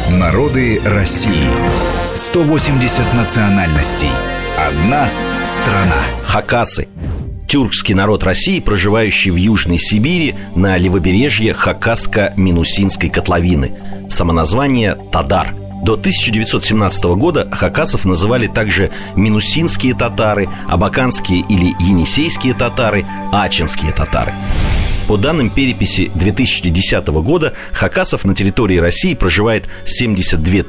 Народы России. 180 национальностей. Одна страна. Хакасы. Тюркский народ России, проживающий в Южной Сибири на левобережье Хакасско-Минусинской котловины. Самоназвание Тадар. До 1917 года хакасов называли также минусинские татары, абаканские или енисейские татары, ачинские татары. По данным переписи 2010 года, хакасов на территории России проживает 72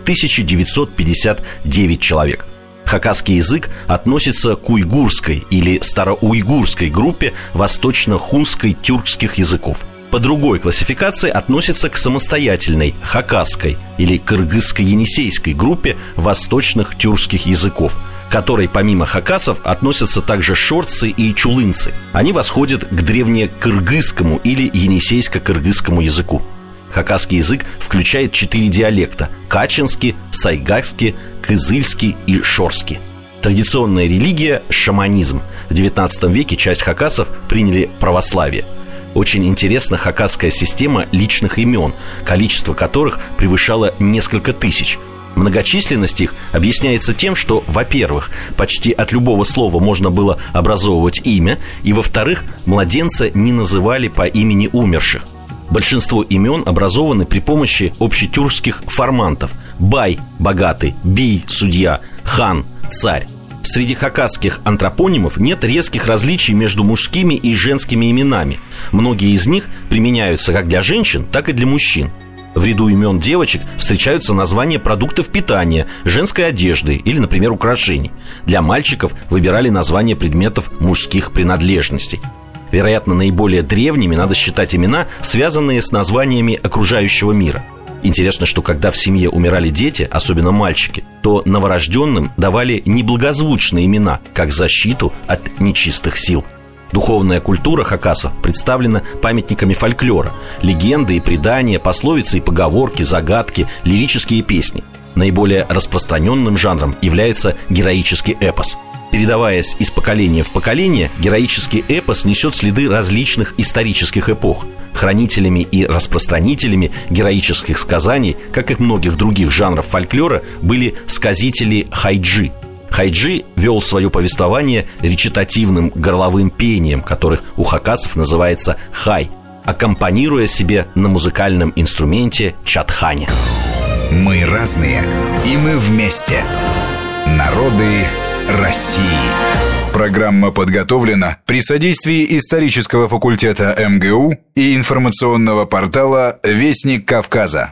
959 человек. Хакасский язык относится к уйгурской или староуйгурской группе восточно-хунской тюркских языков. По другой классификации относится к самостоятельной хакасской или кыргызско-енисейской группе восточных тюркских языков, к которой помимо хакасов относятся также шорцы и чулымцы. Они восходят к древнекыргызскому или енисейско-кыргызскому языку. Хакасский язык включает 4 диалекта – качинский, сайгакский, кызыльский и шорский. Традиционная религия – шаманизм. В XIX веке часть хакасов приняли православие. Очень интересна хакасская система личных имен, количество которых превышало несколько тысяч. Многочисленность их объясняется тем, что, во-первых, почти от любого слова можно было образовывать имя, и, во-вторых, младенца не называли по имени умерших. Большинство имен образованы при помощи общетюркских формантов: бай – богатый, бий – судья, хан – царь. Среди хакасских антропонимов нет резких различий между мужскими и женскими именами. Многие из них применяются как для женщин, так и для мужчин. В ряду имен девочек встречаются названия продуктов питания, женской одежды или, например, украшений. Для мальчиков выбирали названия предметов мужских принадлежностей. Вероятно, наиболее древними надо считать имена, связанные с названиями окружающего мира. Интересно, что когда в семье умирали дети, особенно мальчики, то новорожденным давали неблагозвучные имена, как защиту от нечистых сил. Духовная культура хакасов представлена памятниками фольклора: легенды и предания, пословицы и поговорки, загадки, лирические песни. Наиболее распространенным жанром является героический эпос. Передаваясь из поколения в поколение, героический эпос несет следы различных исторических эпох. Хранителями и распространителями героических сказаний, как и многих других жанров фольклора, были сказители хайджи. Хайджи вел свое повествование речитативным горловым пением, которых у хакасов называется хай, аккомпанируя себе на музыкальном инструменте чатхане. Мы разные, и мы вместе. Народы России. Программа подготовлена при содействии исторического факультета МГУ и информационного портала «Вестник Кавказа».